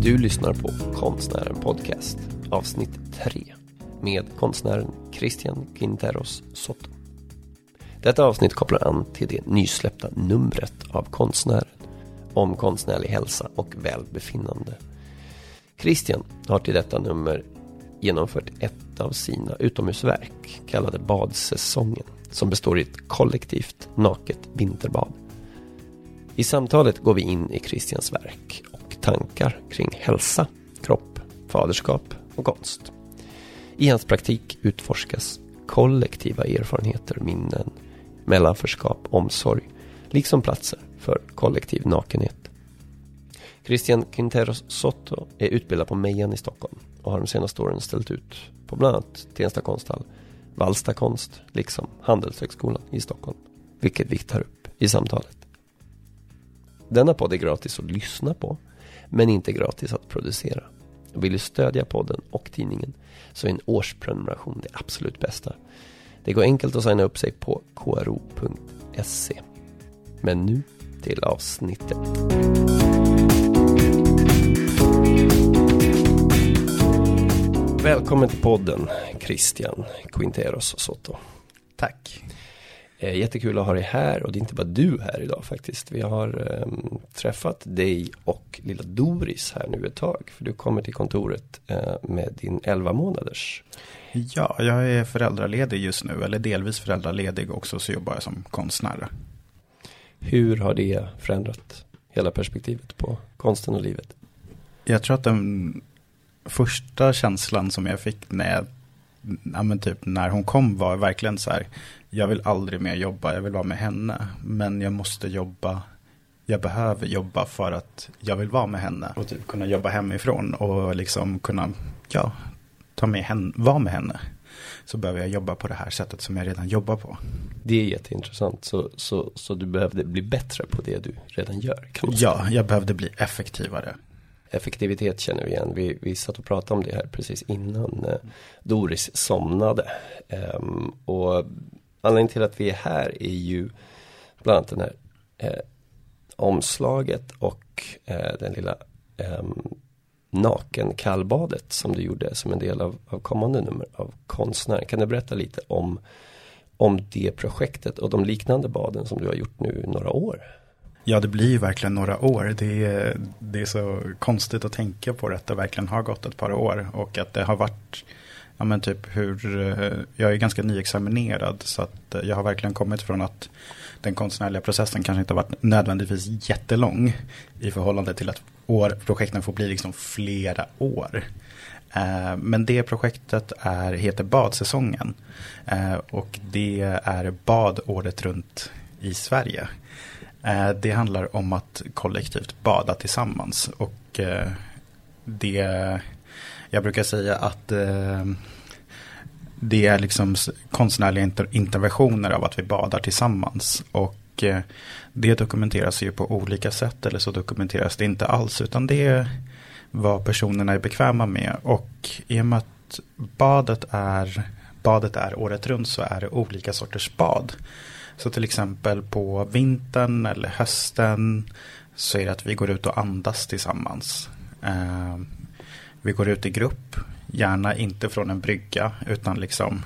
Du lyssnar på Konstnären Podcast, avsnitt 3, med konstnären Christian Quinteros Soto. Detta avsnitt kopplar an till det nysläppta numret av Konstnären om konstnärlig hälsa och välbefinnande. Christian har till detta nummer genomfört ett av sina utomhusverk kallade Badsäsongen, som består i ett kollektivt naket vinterbad. I samtalet går vi in i Christians verk och tankar kring hälsa, kropp, faderskap och konst. I hans praktik utforskas kollektiva erfarenheter, minnen, mellanförskap, omsorg, liksom platser för kollektiv nakenhet. Christian Quinteros Soto är utbildad på Mejan i Stockholm och har de senaste åren ställt ut på bland annat Tensta konsthall, Valsta konst, liksom Handelshögskolan i Stockholm, vilket vi tar upp i samtalet. Denna podd är gratis att lyssna på, men inte gratis att producera. Vill du stödja podden och tidningen så är en årsprenumeration det absolut bästa. Det går enkelt att signa upp sig på kro.se. Men nu till avsnittet. Välkommen till podden, Christian Quinteros Soto. Tack. Jättekul att ha dig här, och det är inte bara du här idag faktiskt. Vi har träffat dig och lilla Doris här nu ett tag, för du kommer till kontoret med din 11 månaders. Ja, jag är föräldraledig just nu, eller delvis föräldraledig också, så jobbar jag som konstnär. Hur har det förändrat hela perspektivet på konsten och livet? Jag tror att den första känslan som jag fick när hon kom var verkligen så här: jag vill aldrig mer jobba, jag vill vara med henne, men jag måste jobba, jag behöver jobba för att jag vill vara med henne och typ kunna jobba hemifrån och liksom kunna ta med henne, vara med henne. Så behöver jag jobba på det här sättet som jag redan jobbar på. Det är jätteintressant. Så du behövde bli bättre på det du redan gör, kan man säga. Ja, jag behövde bli effektivare. Effektivitet känner vi igen. Vi satt och pratade om det här precis innan Doris somnade. Och anledningen till att vi är här är ju bland annat den här omslaget och den lilla nakenkallbadet som du gjorde som en del av kommande nummer av Konstnär. Kan du berätta lite om det projektet och de liknande baden som du har gjort nu några år? Ja, det blir ju verkligen några år. Det är så konstigt att tänka på att det verkligen har gått ett par år, och att det har varit, jag är ganska nyexaminerad, så att jag har verkligen kommit från att den konstnärliga processen kanske inte har varit nödvändigtvis jättelång i förhållande till att projekten får bli liksom flera år. Men det projektet heter Badsäsongen, och det är bad året runt i Sverige. Det handlar om att kollektivt bada tillsammans, och jag brukar säga att det är liksom konstnärliga interventioner av att vi badar tillsammans, och det dokumenteras ju på olika sätt, eller så dokumenteras det inte alls, utan det är vad personerna är bekväma med. Och i och med att badet är året runt, så är det olika sorters bad. Så till exempel på vintern eller hösten så är det att vi går ut och andas tillsammans. Vi går ut i grupp, gärna inte från en brygga, utan liksom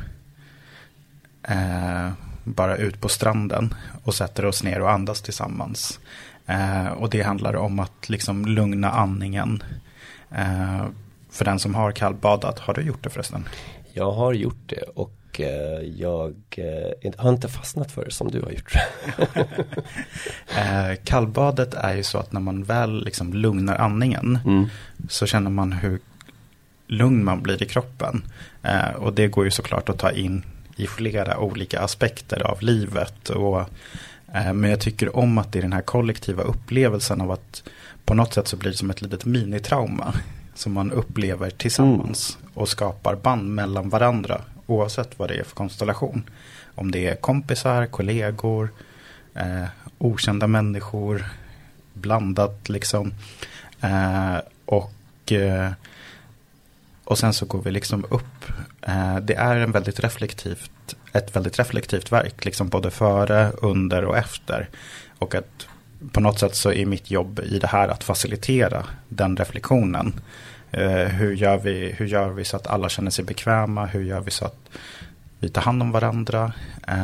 bara ut på stranden och sätter oss ner och andas tillsammans. Och det handlar om att liksom lugna andningen. För den som har kallbadat, har du gjort det förresten? Jag har gjort det, och jag har inte fastnat för det som du har gjort. Kallbadet är ju så att när man väl liksom lugnar andningen så känner man hur lugn man blir i kroppen. Och det går ju såklart att ta in i flera olika aspekter av livet. Men jag tycker om att det är den här kollektiva upplevelsen av att på något sätt så blir det som ett litet minitrauma som man upplever tillsammans och skapar band mellan varandra, oavsett vad det är för konstellation. Om det är kompisar, kollegor, okända människor, blandat liksom. Och sen så går vi liksom upp. Det är ett väldigt reflektivt verk, liksom både före, under och efter. Och att på något sätt så är mitt jobb i det här att facilitera den reflektionen. Hur gör vi så att alla känner sig bekväma? Hur gör vi så att vi tar hand om varandra?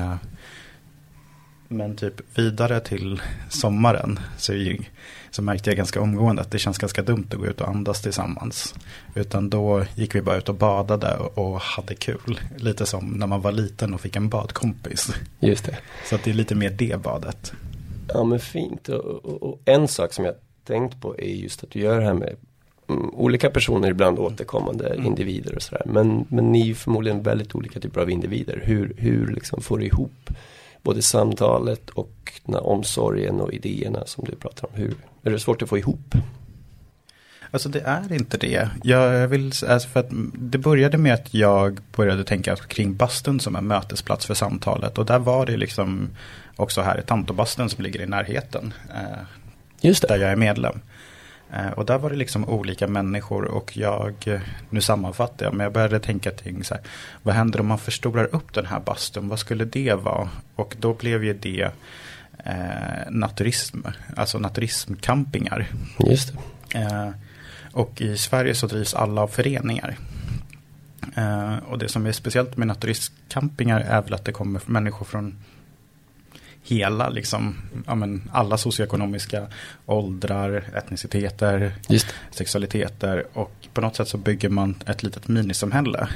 Men typ vidare till sommaren så märkte jag ganska omgående att det känns ganska dumt att gå ut och andas tillsammans. Utan då gick vi bara ut och badade och hade kul. Lite som när man var liten och fick en badkompis. Just det. Så att det är lite mer det badet. Ja, men fint. Och en sak som jag tänkt på är just att du gör det här med olika personer, ibland återkommande individer och sådär. Men ni är förmodligen väldigt olika typer av individer. Hur liksom får du ihop både samtalet och den här omsorgen och idéerna som du pratar om? Hur är det svårt att få ihop? Alltså det är inte det. För att det började med att jag började tänka kring bastun som en mötesplats för samtalet. Och där var det liksom också här i Tantobastun som ligger i närheten. Just det. Där jag är medlem. Och där var det liksom olika människor och nu sammanfattar jag, men jag började tänka kring så här, vad händer om man förstorar upp den här bastun? Vad skulle det vara? Och då blev ju det naturism, alltså naturismcampingar. Just det. Och i Sverige så drivs alla av föreningar. Och det som är speciellt med naturistcampingar är väl att det kommer människor från hela liksom, alla socioekonomiska åldrar, etniciteter, sexualiteter, och på något sätt så bygger man ett litet minisamhälle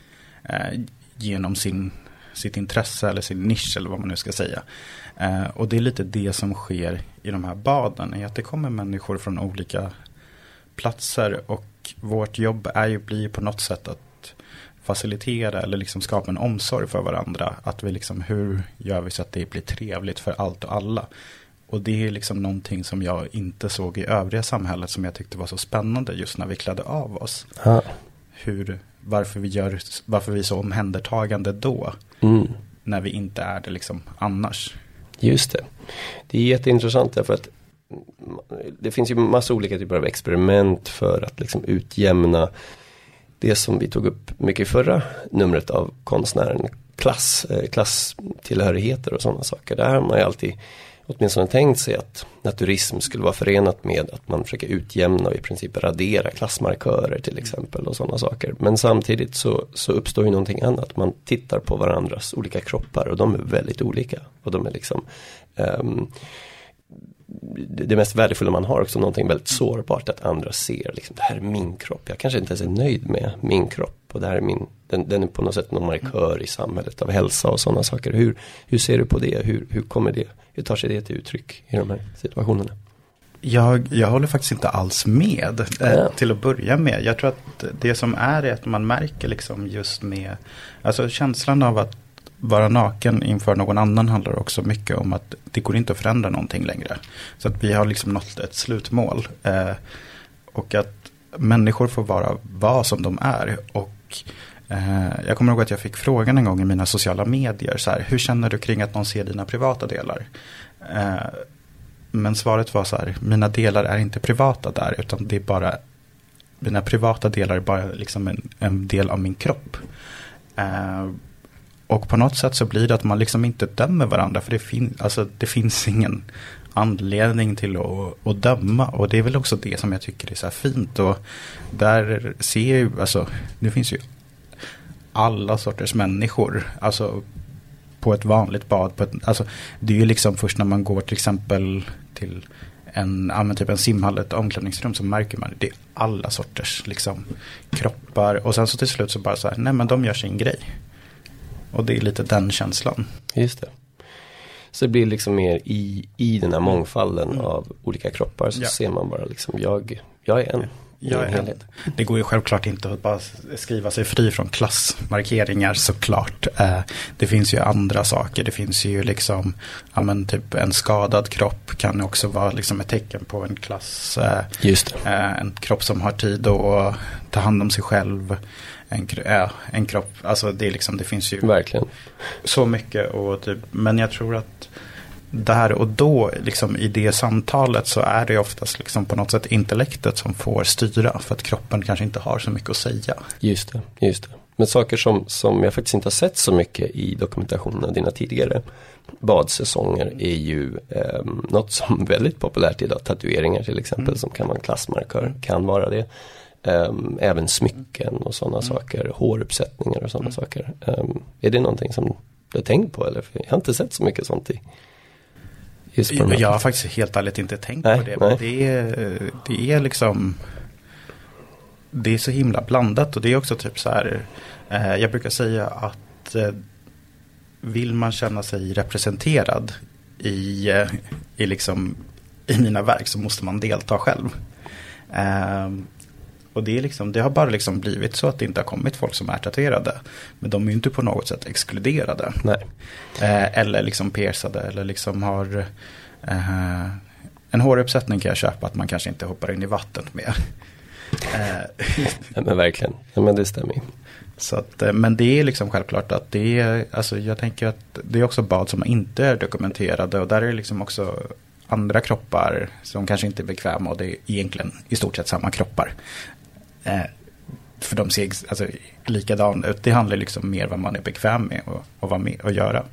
genom sitt intresse eller sin nisch eller vad man nu ska säga. Och det är lite det som sker i de här baden, är att det kommer människor från olika platser, och vårt jobb blir på något sätt att facilitera eller liksom skapa en omsorg för varandra. Att vi liksom, hur gör vi så att det blir trevligt för allt och alla? Och det är liksom någonting som jag inte såg i övriga samhället, som jag tyckte var så spännande just när vi klädde av oss. Varför vi är så omhändertagande då, när vi inte är det liksom annars. Just det. Det är jätteintressant därför att det finns ju massa olika typer av experiment för att liksom utjämna det som vi tog upp mycket i förra numret av konstnären, klasstillhörigheter och sådana saker. Där har man ju alltid åtminstone tänkt sig att naturism skulle vara förenat med att man försöker utjämna och i princip radera klassmarkörer till exempel och sådana saker. Men samtidigt så uppstår ju någonting annat. Man tittar på varandras olika kroppar och de är väldigt olika. Och de är liksom det mest värdefulla man har också någonting väldigt sårbart, att andra ser liksom, det här är min kropp. Jag kanske inte ens är nöjd med min kropp, och det här är den är på något sätt någon markör i samhället av hälsa och sådana saker. Hur ser du på det? Hur tar sig det till uttryck i de här situationerna? Jag håller faktiskt inte alls med till att börja med. Jag tror att det som är att man märker liksom just med, alltså känslan av att vara naken inför någon annan handlar också mycket om att det går inte att förändra någonting längre. Så att vi har liksom nått ett slutmål. Och att människor får vara vad som de är. Och jag kommer ihåg att jag fick frågan en gång i mina sociala medier. Så här, hur känner du kring att någon ser dina privata delar? Men svaret var så här, mina delar är inte privata där. Utan det är bara, mina privata delar är bara liksom en del av min kropp. Och på något sätt så blir det att man liksom inte dömer varandra. För det finns ingen anledning till att döma. Och det är väl också det som jag tycker är så här fint. Och där ser ju, alltså det finns ju alla sorters människor. Alltså på ett vanligt bad. Alltså det är ju liksom först när man går till exempel till typ en simhall, ett omklädningsrum, så märker man det är alla sorters liksom kroppar. Och sen så till slut så bara så här, nej men de gör sin grej. Och det är lite den känslan. Just det. Så det blir liksom mer i den här mångfalden av olika kroppar, så ser man bara liksom, jag är en. Det går ju självklart inte att bara skriva sig fri från klassmarkeringar, såklart. Det finns ju andra saker. Det finns ju liksom, typ en skadad kropp kan också vara liksom ett tecken på en klass. Just det. En kropp som har tid att ta hand om sig själv. En kropp, alltså det är liksom, det finns ju verkligen så mycket. Och typ, men jag tror att där och då liksom, i det samtalet så är det oftast liksom, på något sätt intellektet som får styra, för att kroppen kanske inte har så mycket att säga. Just det. Men saker som jag faktiskt inte har sett så mycket i dokumentationen av dina tidigare badsäsonger är ju något som är väldigt populärt idag. Tatueringar till exempel som kan vara en klassmarkör, kan vara det. Även smycken och sådana saker, håruppsättningar och sådana saker. Är det någonting som du har tänkt på? Eller? För jag har inte sett så mycket sånt i. Jag har faktiskt helt ärligt inte tänkt på det. Men det är liksom, det är så himla blandat, och det är också typ så här, jag brukar säga att vill man känna sig representerad i mina verk, så måste man delta själv. Och det är liksom, det har bara liksom blivit så att det inte har kommit folk som är tatuerade, men de är ju inte på något sätt exkluderade. Nej. Eller liksom piercade, eller liksom har en håruppsättning kan jag köpa att man kanske inte hoppar in i vattnet med. Ja, men verkligen, ja, men det stämmer. Så att, men det är liksom självklart att det är, alltså jag tänker att det är också bad som inte är dokumenterade, och där är det liksom också andra kroppar som kanske inte är bekväma, och det är egentligen i stort sett samma kroppar. För de ser alltså likadana ut. Det handlar liksom mer vad man är bekväm med och vara med och göra.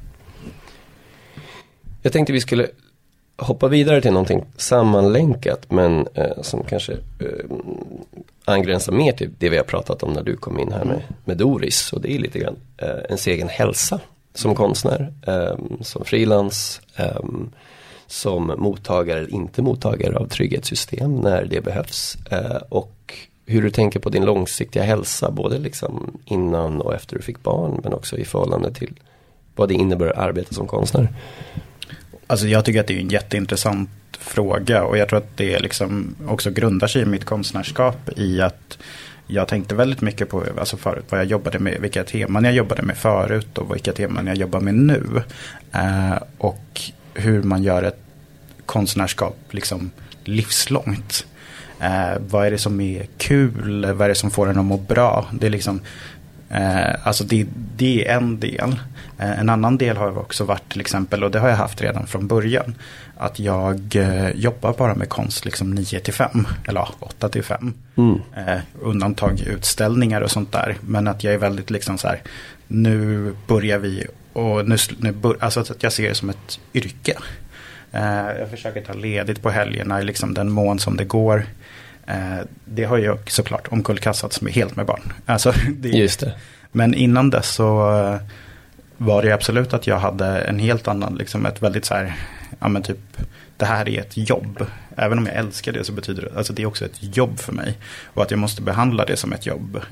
Jag tänkte vi skulle hoppa vidare till någonting sammanlänkat, men som kanske angränsar mer till det vi har pratat om när du kom in här med Doris. Och det är lite grann ens egen hälsa som konstnär, som frilans, som mottagare eller inte mottagare av trygghetssystem när det behövs. Och hur du tänker på din långsiktiga hälsa, både liksom innan och efter du fick barn, men också i förhållande till vad det innebär att arbeta som konstnär. Alltså jag tycker att det är en jätteintressant fråga, och jag tror att det liksom också grundar sig i mitt konstnärskap i att jag tänkte väldigt mycket på, alltså förut, vad jag jobbade med, vilka teman jag jobbade med förut och vilka teman jag jobbar med nu. Och hur man gör ett konstnärskap liksom livslångt. Vad är det som är kul? Vad är det som får en att må bra? Det är liksom, alltså det är en del. En annan del har också varit till exempel, och det har jag haft redan från början, att jag jobbar bara med konst liksom 9-5 eller 8-5. Undantag utställningar och sånt där. Men att jag är väldigt liksom så här, nu börjar vi, och alltså att jag ser det som ett yrke. Jag försöker ta ledigt på helgerna i liksom den mån som det går. Det har ju såklart omkullkastats helt med barn. Alltså, just det. Men innan dess så var det absolut att jag hade en helt annan, liksom ett väldigt så här, ja men typ, det här är ett jobb. Även om jag älskar det så betyder det, alltså det är också ett jobb för mig. Och att jag måste behandla det som ett jobb.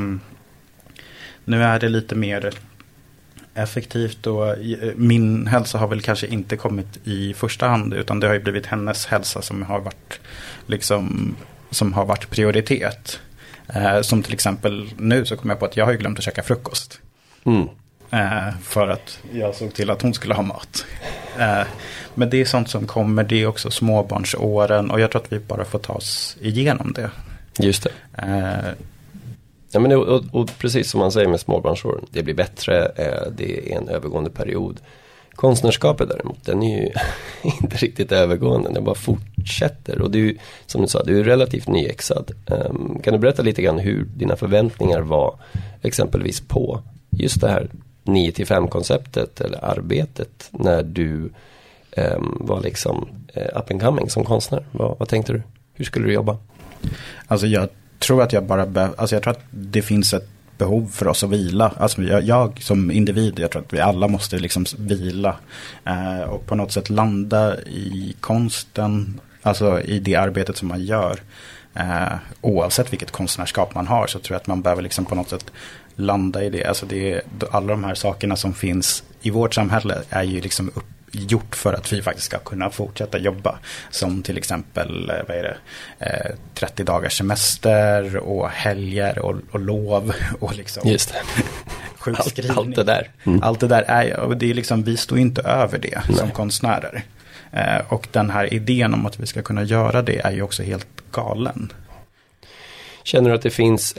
Nu är det lite mer effektivt, och min hälsa har väl kanske inte kommit i första hand, utan det har ju blivit hennes hälsa som har varit liksom, som har varit prioritet. Som till exempel nu så kom jag på att jag har ju glömt att käka frukost. För att jag såg till att hon skulle ha mat. Men det är sånt som kommer, det är också småbarnsåren, och jag tror att vi bara får ta oss igenom det. Just det. Ja, men och precis som man säger med småbarnsåren, det blir bättre, det är en övergående period. Konstnärskapet däremot, den är ju inte riktigt övergående, den bara fortsätter. Och du, som du sa, du är relativt nyexad. Kan du berätta lite grann hur dina förväntningar var exempelvis på just det här 9-5-konceptet eller arbetet när du var liksom up and coming som konstnär? Vad tänkte du? Hur skulle du jobba? Alltså jag tror att jag tror att det finns ett behov för oss att vila. Alltså jag som individ, jag tror att vi alla måste liksom vila och på något sätt landa i konsten, alltså i det arbetet som man gör. Oavsett vilket konstnärskap man har, så tror jag att man behöver liksom på något sätt landa i det. Alltså alla de här sakerna som finns i vårt samhälle är ju liksom gjort för att vi faktiskt ska kunna fortsätta jobba. Som till exempel 30 dagars semester och helger och lov och liksom just det. Sjukskrivning. Allt det där. Allt det där är, och det är liksom, vi står inte över det som konstnärer. Och den här idén om att vi ska kunna göra det är ju också helt galen. Känner du att det finns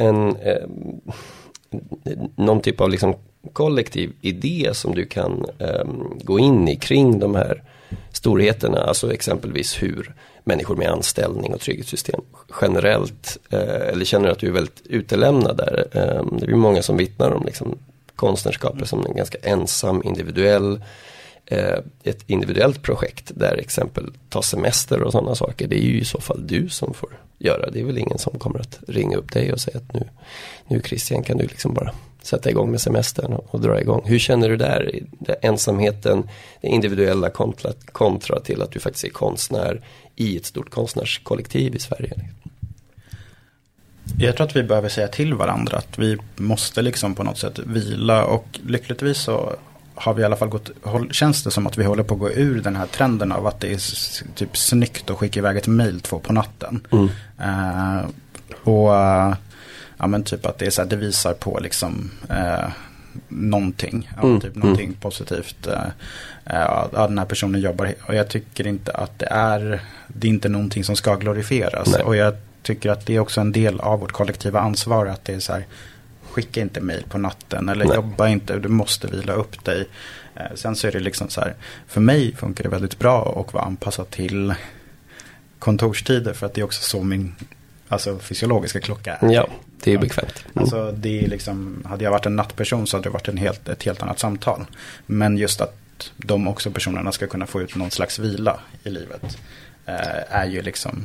någon typ av liksom kollektiv idé som du kan gå in i kring de här storheterna, alltså exempelvis hur människor med anställning och trygghetssystem generellt, eller känner du att du är väldigt utelämnad där? Det är ju många som vittnar om liksom konstnärskapet som en ganska ensam ett individuellt projekt där exempel ta semester och sådana saker. Det är ju i så fall du som får göra. Det är väl ingen som kommer att ringa upp dig och säga att nu Christian, kan du liksom bara sätta igång med semestern och dra igång. Hur känner du där? Ensamheten, det individuella kontra till att du faktiskt är konstnär i ett stort konstnärskollektiv i Sverige. Jag tror att vi behöver säga till varandra att vi måste liksom på något sätt vila, och lyckligtvis så har vi i alla fall känns det som att vi håller på att gå ur den här trenden av att det är typ snyggt att skicka iväg ett mejl 2 på natten. Ja, men typ att det är så här, det visar på liksom någonting, typ någonting positivt. Den här personen jobbar, och jag tycker inte att det är inte någonting som ska glorifieras. Nej. Och jag tycker att det är också en del av vårt kollektiva ansvar, att det är så här, skicka inte mejl på natten eller jobba inte, du måste vila upp dig. Sen så är det liksom så här, för mig funkar det väldigt bra att vara anpassad till kontorstider, för att det är också så min fysiologiska klocka är. Ja, det är bekvämt. Alltså det är liksom, hade jag varit en nattperson så hade det varit ett helt annat samtal. Men just att de också personerna ska kunna få ut någon slags vila i livet är ju liksom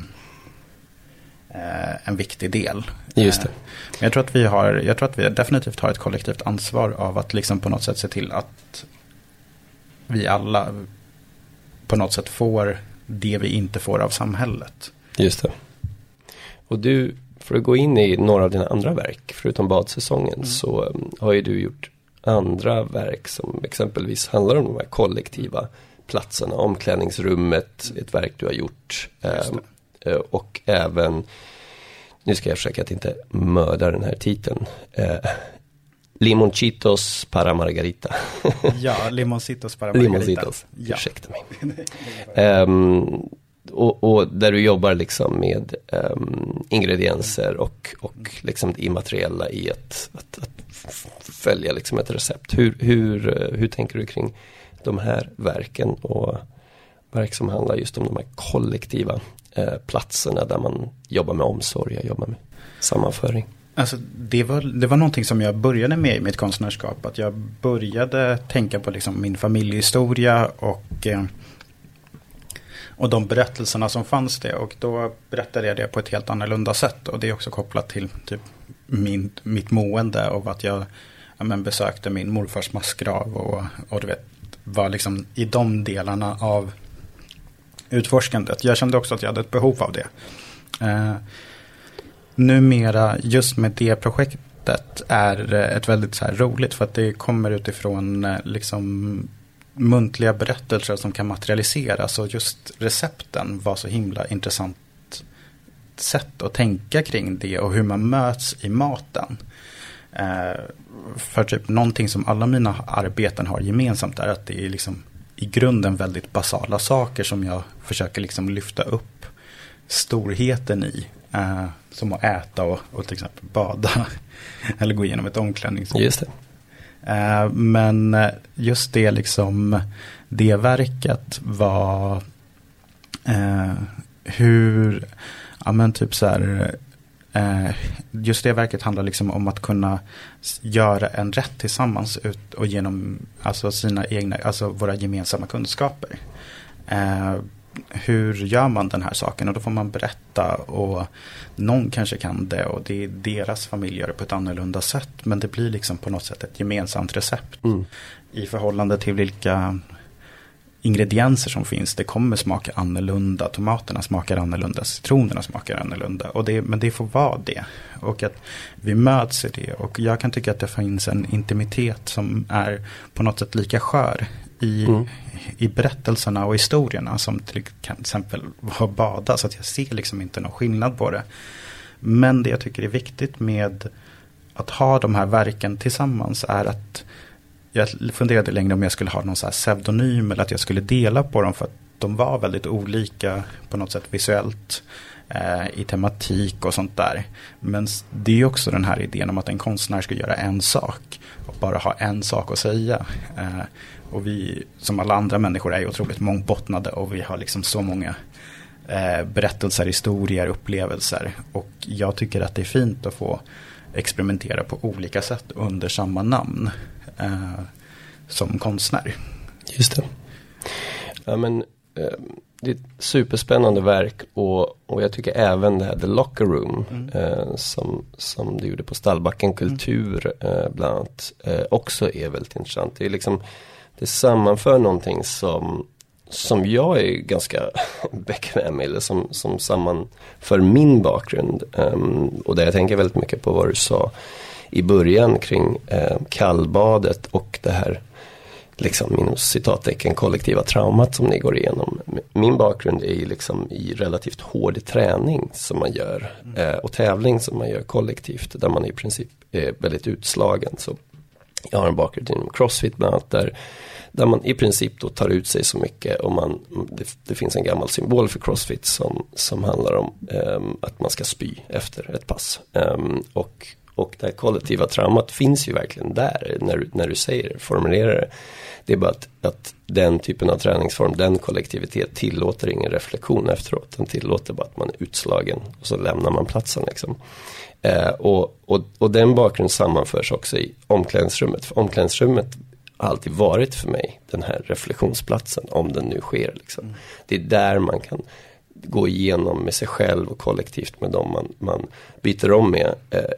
en viktig del. Just det. Men jag tror att vi definitivt har ett kollektivt ansvar av att liksom på något sätt se till att vi alla på något sätt får det vi inte får av samhället. Just det. Och du, för att gå in i några av dina andra verk, förutom badsäsongen, så har ju du gjort andra verk som exempelvis handlar om de här kollektiva platserna, omklädningsrummet, ett verk du har gjort. Och även, nu ska jag försöka att inte mörda den här titeln, Limoncitos para Margarita. Ja, Limoncitos para Margarita. Limoncitos, ursäkta mig. Och där du jobbar liksom med ingredienser och liksom det immateriella i att följa liksom ett recept. Hur tänker du kring de här verken och verk som handlar just om de här kollektiva platserna där man jobbar med omsorg och jobbar med sammanföring? Alltså det var någonting som jag började med i mitt konstnärskap. Att jag började tänka på liksom min familjehistoria och de berättelserna som fanns det. Och då berättade jag det på ett helt annorlunda sätt. Och det är också kopplat till typ mitt mående och att jag besökte min morfars massgrav. Och du vet, var liksom i de delarna av utforskandet. Jag kände också att jag hade ett behov av det. Numera just med det projektet är ett väldigt så här roligt, för att det kommer utifrån liksom muntliga berättelser som kan materialiseras, och just recepten var så himla intressant sätt att tänka kring det och hur man möts i maten. För typ någonting som alla mina arbeten har gemensamt är att det är liksom i grunden väldigt basala saker som jag försöker liksom lyfta upp storheten i. Som att äta och till exempel bada eller gå igenom ett omklädningsrum. Just det. Men just det liksom, det verket var hur, ja men typ så här, just det verket handlar liksom om att kunna göra en rätt tillsammans ut och genom alltså sina egna, alltså våra gemensamma kunskaper. Hur gör man den här saken? Och då får man berätta, och någon kanske kan det och det är deras familj gör det på ett annorlunda sätt, men det blir liksom på något sätt ett gemensamt recept i förhållande till vilka ingredienser som finns. Det kommer smaka annorlunda, tomaterna smakar annorlunda, citronerna smakar annorlunda, men det får vara det, och att vi möts i det. Och jag kan tycka att det finns en intimitet som är på något sätt lika skör i berättelserna och historierna som till exempel var bada, så att jag ser liksom inte någon skillnad på det. Men det jag tycker är viktigt med att ha de här verken tillsammans är att jag funderade längre om jag skulle ha någon så här pseudonym eller att jag skulle dela på dem, för att de var väldigt olika på något sätt visuellt, i tematik och sånt där. Men det är också den här idén om att en konstnär ska göra en sak och bara ha en sak att säga. Och vi som alla andra människor är ju otroligt mångbottnade, och vi har liksom så många berättelser, historier, upplevelser. Och jag tycker att det är fint att få experimentera på olika sätt under samma namn som konstnär. Just det. Ja, men det är ett superspännande verk och jag tycker även det här The Locker Room som du gjorde på Stallbacken Kultur bland annat också är väldigt intressant. Det är liksom, det sammanför någonting som jag är ganska bekväm med, eller som sammanför min bakgrund och där jag tänker väldigt mycket på vad du sa i början kring kallbadet och det här liksom inom citattecken kollektiva traumat som ni går igenom. Min bakgrund är ju liksom i relativt hård träning som man gör och tävling som man gör kollektivt där man i princip är väldigt utslagen. Så jag har en bakgrund inom CrossFit bland annat där man i princip då tar ut sig så mycket och det finns en gammal symbol för CrossFit som handlar om att man ska spy efter ett pass. Och det här kollektiva traumat finns ju verkligen där när du formulerar det. Det är bara att den typen av träningsform, den kollektivitet tillåter ingen reflektion efteråt. Den tillåter bara att man är utslagen och så lämnar man platsen liksom. Och den bakgrunden sammanförs också i omklädningsrummet. För omklädningsrummet har alltid varit för mig den här reflektionsplatsen, om den nu sker liksom. Det är där man kan gå igenom med sig själv och kollektivt med dem man byter om med.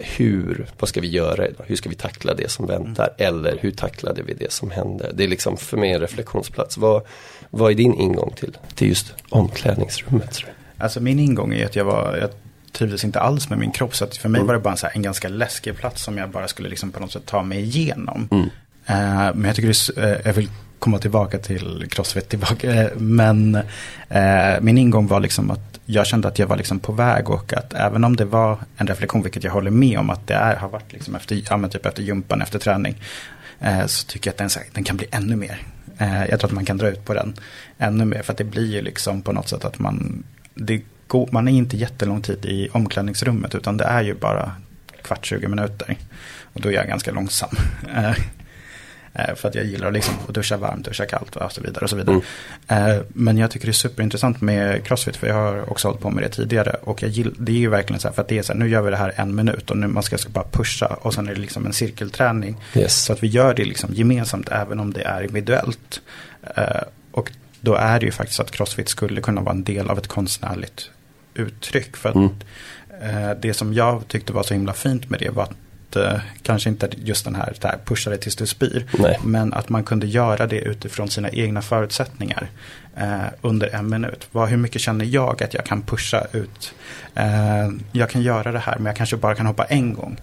Vad ska vi göra idag? Hur ska vi tackla det som väntar? Eller hur tacklade vi det som hände? Det är liksom för mig en reflektionsplats. Vad är din ingång till just omklädningsrummet? Alltså min ingång är att jag trivdes inte alls med min kropp. Så att för mig var det bara en ganska läskig plats som jag bara skulle liksom på något sätt ta mig igenom. Men jag tycker jag vill komma tillbaka till CrossFit men min ingång var liksom att jag kände att jag var liksom på väg och att även om det var en reflektion, vilket jag håller med om att det har varit liksom efter gympan, efter träning, så tycker jag att den kan bli ännu mer. Jag tror att man kan dra ut på den ännu mer, för att det blir ju liksom på något sätt att man är inte jättelång tid i omklädningsrummet, utan det är ju bara 20 minuter och då är jag ganska långsam. För att jag gillar liksom att duscha varmt, duscha kallt och så vidare och så vidare. Men jag tycker det är superintressant med CrossFit, för jag har också hållit på med det tidigare och det är ju verkligen så här, för att det är så här, nu gör vi det här 1 minut och nu man ska bara pusha och sen är det liksom en cirkelträning. Så att vi gör det liksom gemensamt även om det är individuellt. Och då är det ju faktiskt att CrossFit skulle kunna vara en del av ett konstnärligt uttryck, för att det som jag tyckte var så himla fint med det var att kanske inte just den här pusha det tills du spyr, men att man kunde göra det utifrån sina egna förutsättningar under 1 minut. Hur mycket känner jag att jag kan pusha ut? Jag kan göra det här, men jag kanske bara kan hoppa en gång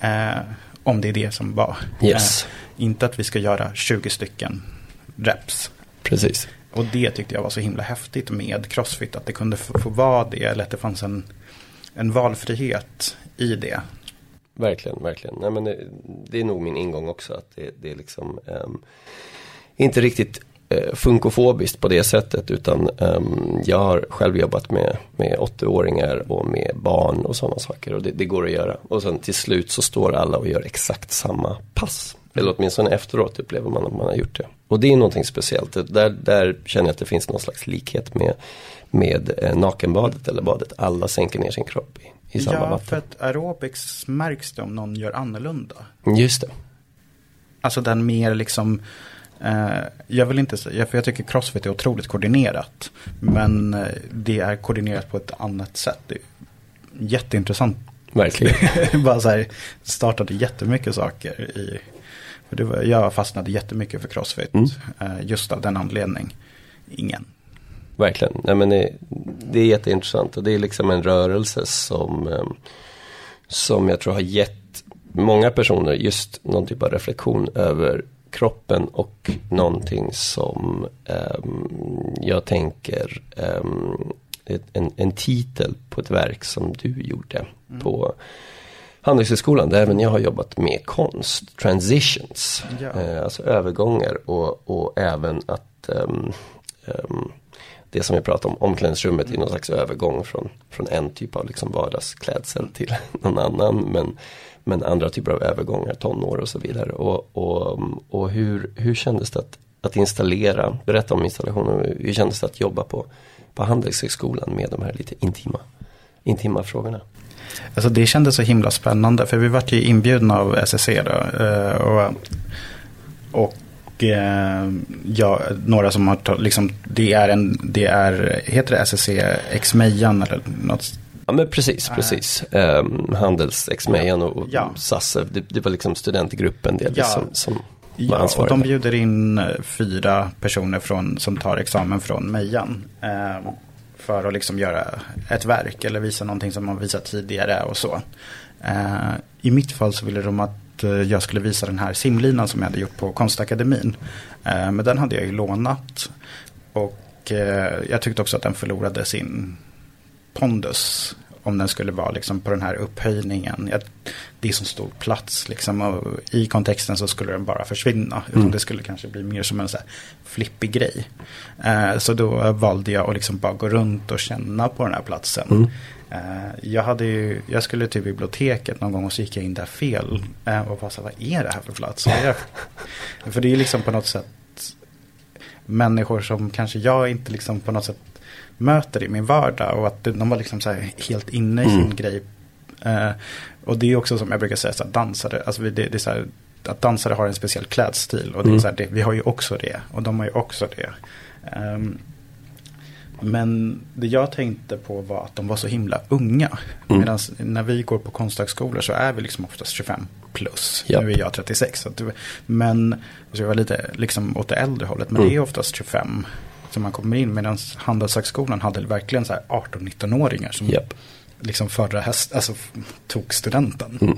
om det är det som var. Inte att vi ska göra 20 stycken reps. Precis. Och det tyckte jag var så himla häftigt med CrossFit, att det kunde få vara det, eller att det fanns en valfrihet i det. Verkligen. Nej, men det är nog min ingång också, att det är liksom inte riktigt funkofobiskt på det sättet, utan jag har själv jobbat med 8-åringar och med barn och sådana saker, och det går att göra. Och sen till slut så står alla och gör exakt samma pass. Eller åtminstone efteråt upplever man att man har gjort det. Och det är någonting speciellt. Där känner jag att det finns någon slags likhet med nakenbadet eller badet. Alla sänker ner sin kropp i samma vatten. Ja, för att aerobics märks det om någon gör annorlunda. Just det. Alltså den mer liksom... jag vill inte säga, för jag tycker CrossFit är otroligt koordinerat. Men det är koordinerat på ett annat sätt. Det är jätteintressant. Verkligen. Bara så här, startade jättemycket saker i... Jag fastnade jättemycket för CrossFit. Just av den anledning. Ingen. Verkligen. Nej, men det är jätteintressant. Och det är liksom en rörelse som jag tror har gett många personer just någon typ av reflektion över kroppen, och någonting som jag tänker en titel på ett verk som du gjorde på Handelshögskolan, där även jag har jobbat med konst, transitions, alltså övergångar, och även att det som vi pratar om, omklädningsrummet är någon slags övergång från en typ av liksom vardagsklädsel till någon annan, men andra typer av övergångar, tonår och så vidare. Och hur kändes det att installera, berätta om installationen, hur kändes det att jobba på Handelshögskolan med de här lite intima frågorna? Alltså det kändes så himla spännande, för vi var ju inbjudna av SSC då, och några som har liksom, det är heter det SSC X-Mejan eller något? Ja, men precis. Handels X-Mejan och SAS, det var liksom studentgruppen delvis som var ansvarig. Och de bjuder in 4 personer som tar examen från Mejan för att liksom göra ett verk eller visa någonting som man visat tidigare och så. I mitt fall så ville de att jag skulle visa den här simlinan som jag hade gjort på Konstakademin. Men den hade jag ju lånat, och jag tyckte också att den förlorade sin pondus om den skulle vara liksom på den här upphöjningen. Det är så stor plats liksom, och i kontexten så skulle den bara försvinna. Utan det skulle kanske bli mer som en så här flippig grej. Så då valde jag att liksom bara gå runt och känna på den här platsen. Jag skulle till biblioteket någon gång och så gick jag in där fel och var så här, vad är det här för plats? För det är liksom på något sätt människor som kanske jag inte liksom på något sätt möter i min vardag, och att de var liksom så här helt inne i sin grej. Och det är också som jag brukar säga, så att dansare, alltså det är så här, att dansare har en speciell klädstil, och det är så här, vi har ju också det, och de har ju också det. Men det jag tänkte på var att de var så himla unga. Medan när vi går på konsthögskolor så är vi liksom oftast 25 plus. Nu är jag 36. Så men så jag var lite liksom åt det äldre hållet. Men det är oftast 25 som man kommer in. Medan Handelshögskolan hade verkligen så här 18-19-åringar som liksom tog studenten.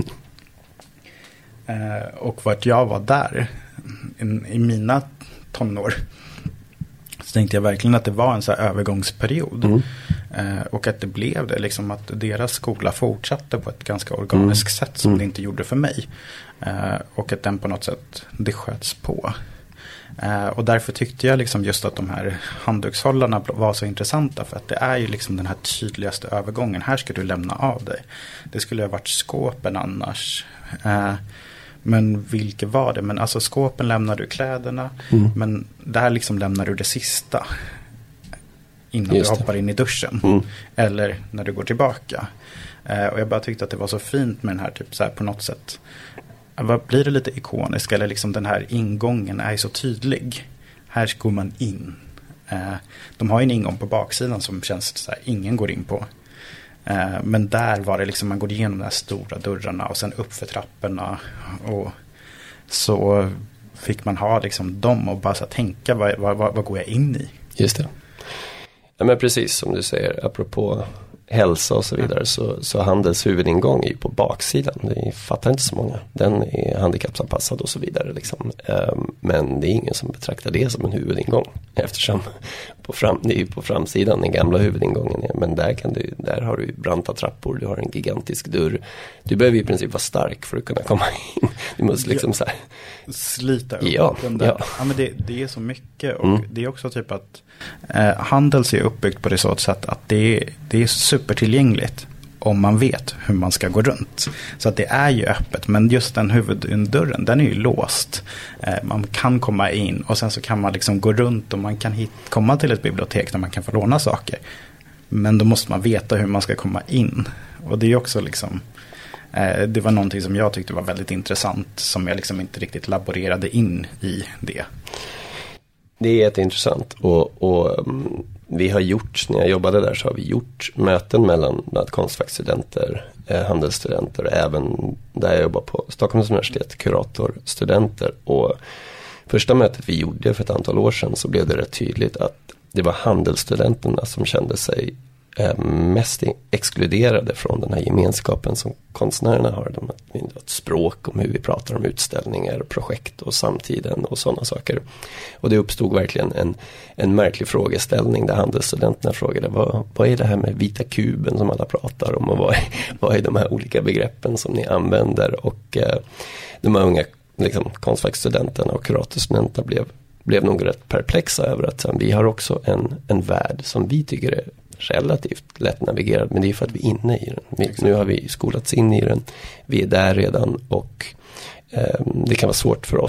Och vart jag var där i mina tonår, så tänkte jag verkligen att det var en så här övergångsperiod. Och att det blev det, liksom att deras skola fortsatte på ett ganska organiskt sätt som det inte gjorde för mig. Och att den på något sätt, det sköts på. Och därför tyckte jag liksom just att de här handdukshållarna var så intressanta, för att det är ju liksom den här tydligaste övergången. Här ska du lämna av dig. Det skulle ha varit skåpen annars. Men vilka var det? Men alltså skåpen lämnar du kläderna. Men där liksom lämnar du det sista innan du hoppar in i duschen. Eller när du går tillbaka. Och jag bara tyckte att det var så fint med den här typ så här på något sätt. Vad blir det lite ikonisk? Eller liksom den här ingången är så tydlig. Här går man in. De har ju en ingång på baksidan som känns så här, ingen går in på. Men där var det liksom, man går igenom de här stora dörrarna och sen upp för trapporna, och så fick man ha liksom dem och bara så tänka, vad går jag in i? Just det. Ja, men precis som du säger, apropå hälsa och så vidare, så Handels huvudingång är ju på baksidan. Det fattar inte så många. Den är handikappsanpassad och så vidare liksom. Men det är ingen som betraktar det som en huvudingång, eftersom det är ju på framsidan den gamla huvudingången är. Men där har du branta trappor, du har en gigantisk dörr. Du behöver i princip vara stark för att kunna komma in. Du måste liksom så här slita upp den där. Ja, men det är så mycket, och det är också typ att Handels är uppbyggt på det så sätt att det är supertillgängligt om man vet hur man ska gå runt. Så att det är ju öppet, men just den huvuddörren, den är ju låst. Man kan komma in och sen så kan man liksom gå runt, och man kan komma till ett bibliotek där man kan få låna saker. Men då måste man veta hur man ska komma in. Och det är också liksom, det var någonting som jag tyckte var väldigt intressant, som jag liksom inte riktigt laborerade in i det. Det är jätteintressant, och vi har gjort, när jag jobbade där så har vi gjort möten mellan konstfackstudenter, handelsstudenter, och även där jag jobbar på Stockholms universitet, kuratorstudenter. Och första mötet vi gjorde för ett antal år sedan, så blev det rätt tydligt att det var handelsstudenterna som kände sig mest exkluderade från den här gemenskapen som konstnärerna har. De har ett språk om hur vi pratar om utställningar, projekt och samtiden och sådana saker. Och det uppstod verkligen en märklig frågeställning där handelsstudenterna frågade vad är det här med vita kuben som alla pratar om, och vad är de här olika begreppen som ni använder. Och de här unga liksom, konstfackstudenterna och kuratorstudenterna blev nog rätt perplexa över att vi har också en värld som vi tycker är relativt lätt navigerad, men det är för att vi är inne i den. Nu har vi skolats in i den. Vi är där redan, och det kan vara svårt för oss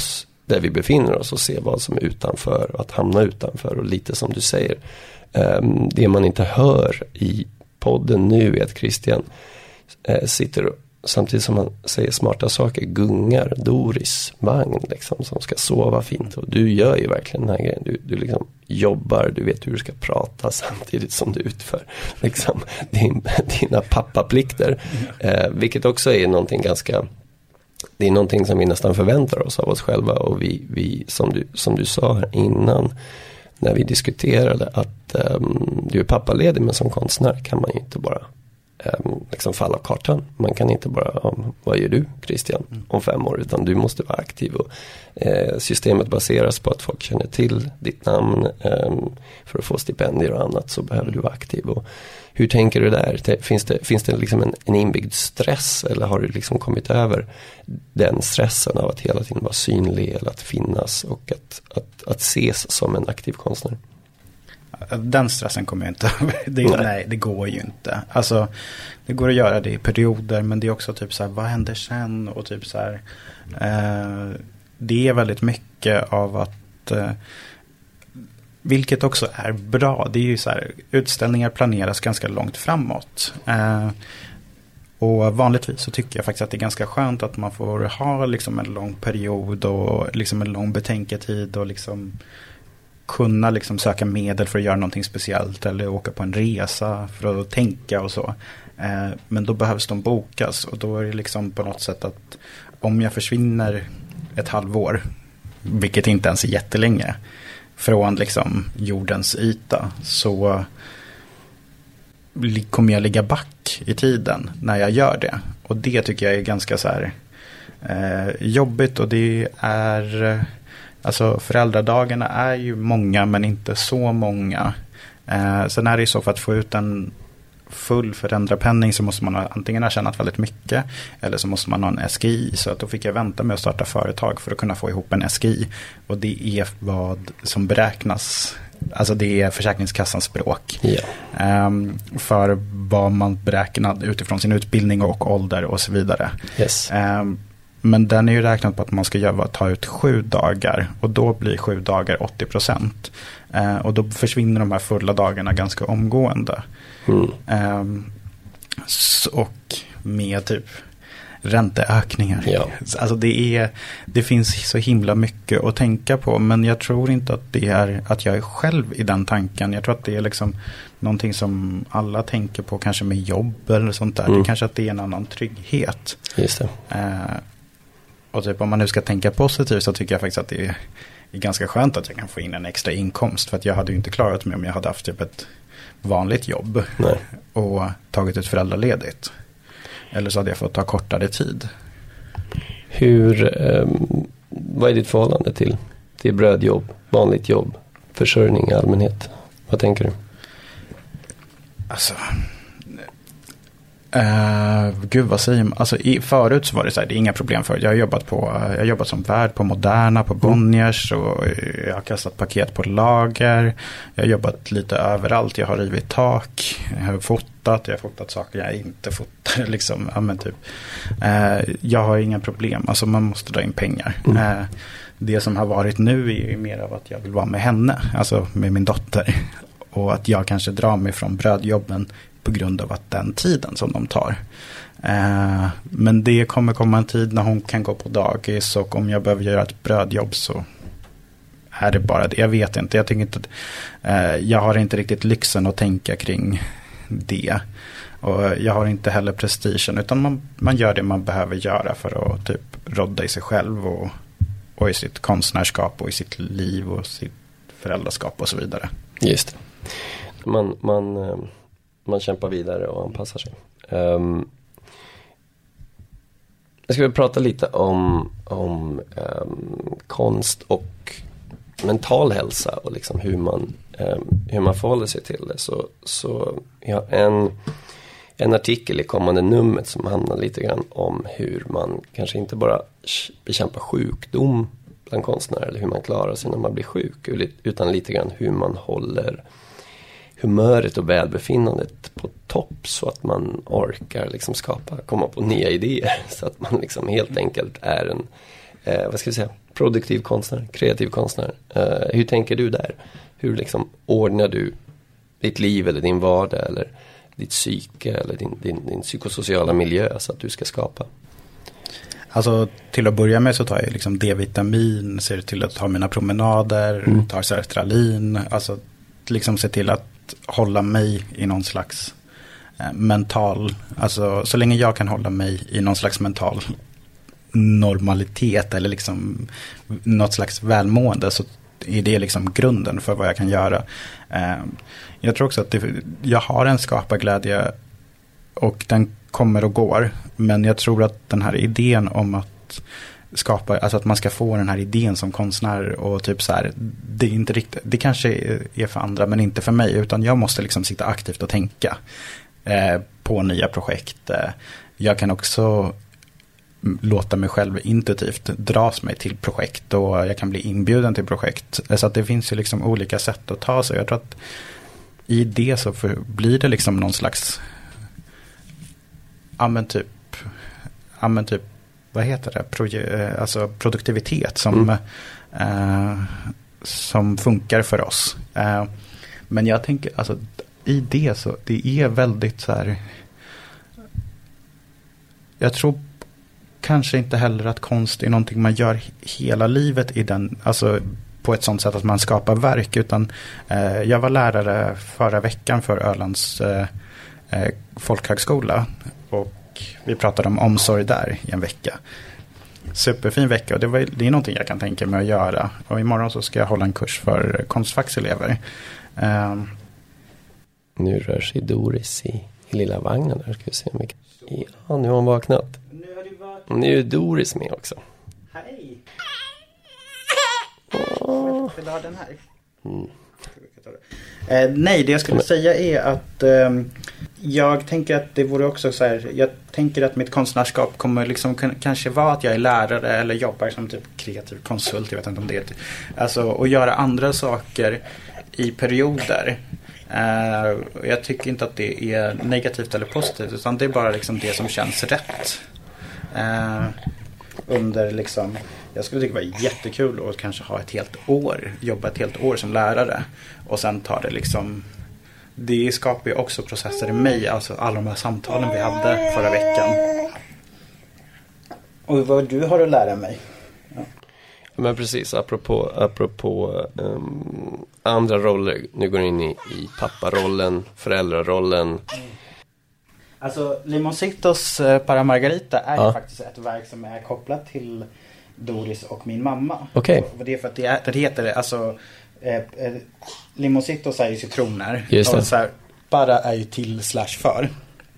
där vi befinner oss och se vad som är utanför och att hamna utanför. Och lite som du säger, det man inte hör i podden nu är att Christian sitter och, samtidigt som han säger smarta saker, gungar Doris vagn liksom, som ska sova fint. Och du gör ju verkligen den här grejen. Du liksom jobbar, du vet hur du ska prata samtidigt som du utför liksom, dina pappaplikter. Vilket också är någonting ganska, det är någonting som vi nästan förväntar oss av oss själva. Och vi som du sa här innan, när vi diskuterade att du är pappaledig, men som konstnär kan man ju inte bara liksom falla av kartan. Man kan inte bara, vad gör du Christian om 5 år, utan du måste vara aktiv. Och systemet baseras på att folk känner till ditt namn. För att få stipendier och annat så behöver du vara aktiv. Och hur tänker du där? Finns det liksom en inbyggd stress, eller har du liksom kommit över den stressen av att hela tiden vara synlig eller att finnas och att ses som en aktiv konstnär? Den stressen kommer jag inte över. Nej, det går ju inte. Alltså, det går att göra det i perioder, men det är också typ så här, vad händer sen? Och typ så här, det är väldigt mycket av att, vilket också är bra. Det är ju så här, utställningar planeras ganska långt framåt. Och vanligtvis så tycker jag faktiskt att det är ganska skönt att man får ha liksom en lång period och liksom en lång betänketid och liksom kunna liksom söka medel för att göra någonting speciellt eller åka på en resa för att tänka och så. Men då behövs de bokas, och då är det liksom på något sätt att om jag försvinner ett halvår, vilket inte ens är jättelänge, från liksom jordens yta, så kommer jag ligga back i tiden när jag gör det. Och det tycker jag är ganska så här jobbigt, och det är... Alltså föräldradagarna är ju många, men inte så många. Sen är det ju så, för att få ut en full föräldrapenning så måste man antingen ha tjänat väldigt mycket, eller så måste man ha en SGI. Så att då fick jag vänta med att starta företag för att kunna få ihop en SGI. Och det är vad som beräknas, alltså det är Försäkringskassans språk. Yeah. För vad man beräknar utifrån sin utbildning och ålder och så vidare. Yes. Men den är ju räknat på att man ska ta ut 7 dagar. Och då blir 7 dagar 80%. Och då försvinner de här fulla dagarna ganska omgående. Och med typ ränteökningar. Ja. Alltså det finns så himla mycket att tänka på. Men jag tror inte att det är att jag är själv i den tanken. Jag tror att det är liksom någonting som alla tänker på, kanske med jobb eller sånt där. Det kanske att det är en annan trygghet. Just det. Och typ om man nu ska tänka positivt, så tycker jag faktiskt att det är ganska skönt att jag kan få in en extra inkomst. För att jag hade ju inte klarat mig om jag hade haft typ ett vanligt jobb. Nej. Och tagit ut föräldraledigt. Eller så hade jag fått ta kortare tid. Vad är ditt förhållande till brödjobb, vanligt jobb, försörjning i allmänhet? Vad tänker du? Alltså... Gud, vad säger man? Alltså, förut så var det så här, det är inga problem för. Jag har jobbat som värd på Moderna, på Bonniers, och jag har kastat paket på lager. Jag har jobbat lite överallt. Jag har rivit tak, jag har fotat saker jag inte fotar liksom. Ja, men typ. Jag har inga problem. Alltså, man måste dra in pengar. Det som har varit nu är ju mer av att jag vill vara med henne, alltså med min dotter, och att jag kanske drar mig från brödjobben på grund av att den tiden som de tar. Men det kommer komma en tid när hon kan gå på dagis, och om jag behöver göra ett brödjobb så är det bara det. Jag vet inte. Jag tycker inte att, jag har inte riktigt lyxen att tänka kring det. Och jag har inte heller prestigen, utan man gör det man behöver göra för att typ rodda i sig själv och i sitt konstnärskap och i sitt liv och sitt föräldraskap och så vidare. Just det. Man kämpar vidare och anpassar sig. Jag skulle prata lite om konst och mental hälsa och liksom hur man förhåller sig till det. Så jag har en artikel i kommande numret som handlar lite grann om hur man kanske inte bara bekämpar sjukdom bland konstnärer, eller hur man klarar sig när man blir sjuk, utan lite grann hur man håller humöret och välbefinnandet på topp, så att man orkar liksom komma på nya idéer, så att man liksom helt enkelt är vad ska vi säga, produktiv konstnär, kreativ konstnär. Hur tänker du där? Hur liksom ordnar du ditt liv eller din vardag eller ditt psyke eller din psykosociala miljö så att du ska skapa? Alltså till att börja med så tar jag liksom D-vitamin, ser till att ta mina promenader, tar sertralin, alltså liksom se till att hålla mig i någon slags mental, alltså så länge jag kan hålla mig i någon slags mental normalitet eller liksom något slags välmående, så är det liksom grunden för vad jag kan göra. Jag tror också att jag har en skaparglädje och den kommer och går, men jag tror att den här idén om att skapa, alltså att man ska få den här idén som konstnär och typ så här, det är inte riktigt, det kanske är för andra men inte för mig, utan jag måste liksom sitta aktivt och tänka på nya projekt. Jag kan också låta mig själv intuitivt dras mig till projekt och jag kan bli inbjuden till projekt. Så att det finns ju liksom olika sätt att ta sig. Jag tror att i det så blir det liksom någon slags typ vad heter det? Alltså produktivitet som funkar för oss. Men jag tänker alltså i det så det är väldigt så här, jag tror kanske inte heller att konst är någonting man gör hela livet i den, alltså på ett sånt sätt att man skapar verk, utan jag var lärare förra veckan för Ölands folkhögskola och vi pratade om omsorg där i en vecka. Superfin vecka och det är någonting jag kan tänka mig att göra, och imorgon så ska jag hålla en kurs för konstfackselever. Nu rör sig Doris i lilla vagnen här, ska vi se mycket. Ja, nu har hon vaknat. Nu är Doris med också. Hej! Åh. Vill du ha den här? Nej, det jag skulle säga är att jag tänker att det vore också så här, jag tänker att mitt konstnärskap kommer liksom kanske vara att jag är lärare eller jobbar som typ kreativ konsult, jag vet inte om det är alltså, och göra andra saker i perioder. Jag tycker inte att det är negativt eller positivt, utan det är bara liksom det som känns rätt. Under liksom, jag skulle tycka det var jättekul att kanske ha jobba ett helt år som lärare, och sen tar det liksom, det skapar ju också processer i mig, alltså alla de här samtalen vi hade förra veckan. Och vad du har att lära mig. Ja. Men precis, apropå andra roller, nu går in i papparollen, föräldrarollen. Alltså Limoncitos para Margarita är ju faktiskt ett verk som är kopplat till Doris och min mamma. Okej. Och det är för att det heter alltså Limoncitos är ju citroner. Just det. Och så här, para är ju till / för.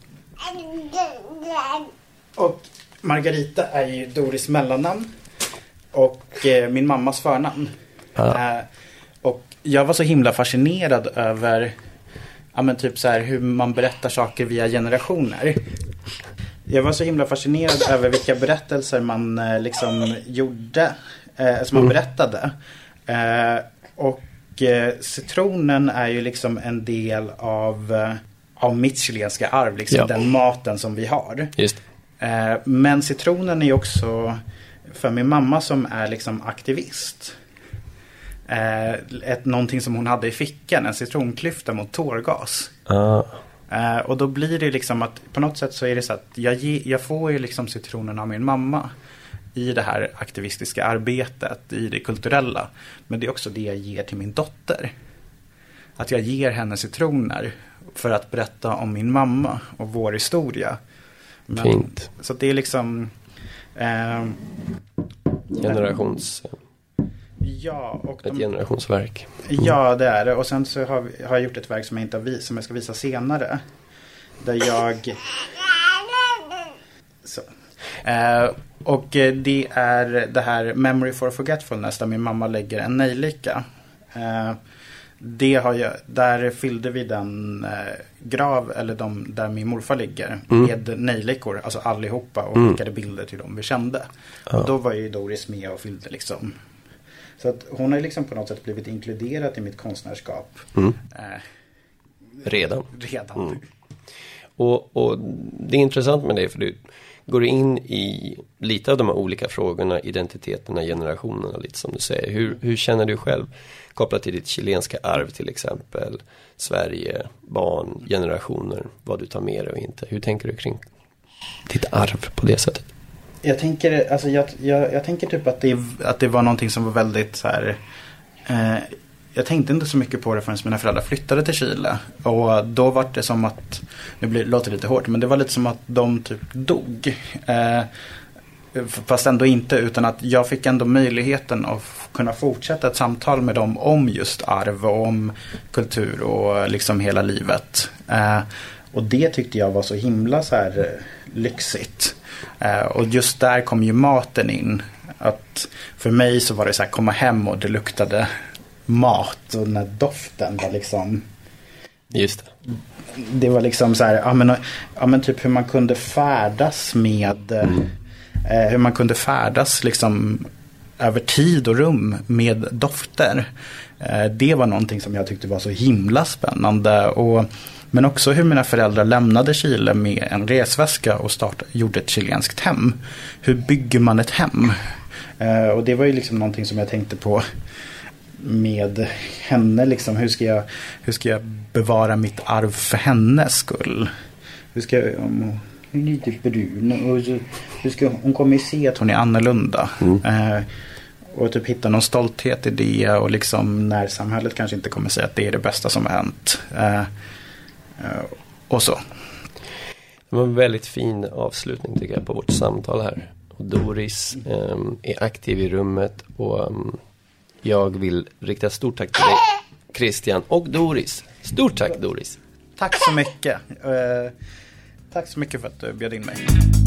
Och Margarita är ju Doris mellannamn och min mammas förnamn. Och jag var så himla fascinerad över typ så här, hur man berättar saker via generationer. Jag var så himla fascinerad över vilka berättelser man liksom gjorde, som man berättade. Och citronen är ju liksom en del av mitt chilenska arv, liksom den maten som vi har. Just. Men citronen är ju också för min mamma som är liksom aktivist. Någonting som hon hade i fickan, en citronklyfta mot tårgas. Och då blir det liksom att på något sätt så är det så att jag får ju liksom citronen av min mamma i det här aktivistiska arbetet, i det kulturella. Men det är också det jag ger till min dotter. Att jag ger henne citroner för att berätta om min mamma och vår historia. Fint. Så det är liksom ett generationsverk. Ja, det är det. Och sen så har jag gjort ett verk som jag inte har som jag ska visa senare. Där jag och det är det här Memory for Forgetfulness, där min mamma lägger en nejlika. Där fyllde vi den grav, eller där min morfar ligger, med nejlikor, alltså allihopa, och skickade bilder till dem vi kände. Och då var ju Doris med och fyllde liksom. Så att hon har liksom på något sätt blivit inkluderad i mitt konstnärskap. Redan. Och det är intressant med det, för går du in i lite av de här olika frågorna, identiteterna, generationerna, lite som du säger. Hur känner du själv kopplat till ditt chilenska arv till exempel, Sverige, barn, generationer, vad du tar med dig och inte? Hur tänker du kring ditt arv på det sättet? Jag tänker, alltså jag tänker typ att det var någonting som var väldigt så här... Jag tänkte inte så mycket på det förrän mina föräldrar flyttade till Chile. Och då var det som att, låter lite hårt, men det var lite som att de typ dog. Fast ändå inte, utan att jag fick ändå möjligheten att kunna fortsätta ett samtal med dem om just arv och om kultur och liksom hela livet. Och det tyckte jag var så himla så här lyxigt. Och just där kom ju maten in. Att för mig så var det så här, komma hem och det luktade mat och den här doften var liksom... Just det. Det var liksom så här, ja men typ hur man kunde färdas med... hur man kunde färdas liksom över tid och rum med dofter. Det var någonting som jag tyckte var så himla spännande. Men också hur mina föräldrar lämnade Chile med en resväska och gjorde ett chilenskt hem. Hur bygger man ett hem? Och det var ju liksom någonting som jag tänkte på med henne. Liksom, hur ska jag bevara mitt arv för hennes skull? Hur ska jag... Hon är lite brun och hon kommer ju se att hon är annorlunda. Och typ hitta någon stolthet i det, och liksom när samhället kanske inte kommer säga att det är det bästa som har hänt. Och så. Det var en väldigt fin avslutning tycker jag på vårt samtal här. Och Doris är aktiv i rummet, och jag vill rikta ett stort tack till dig, Christian och Doris. Stort tack, Doris. Tack så mycket. Tack så mycket för att du bjöd in mig.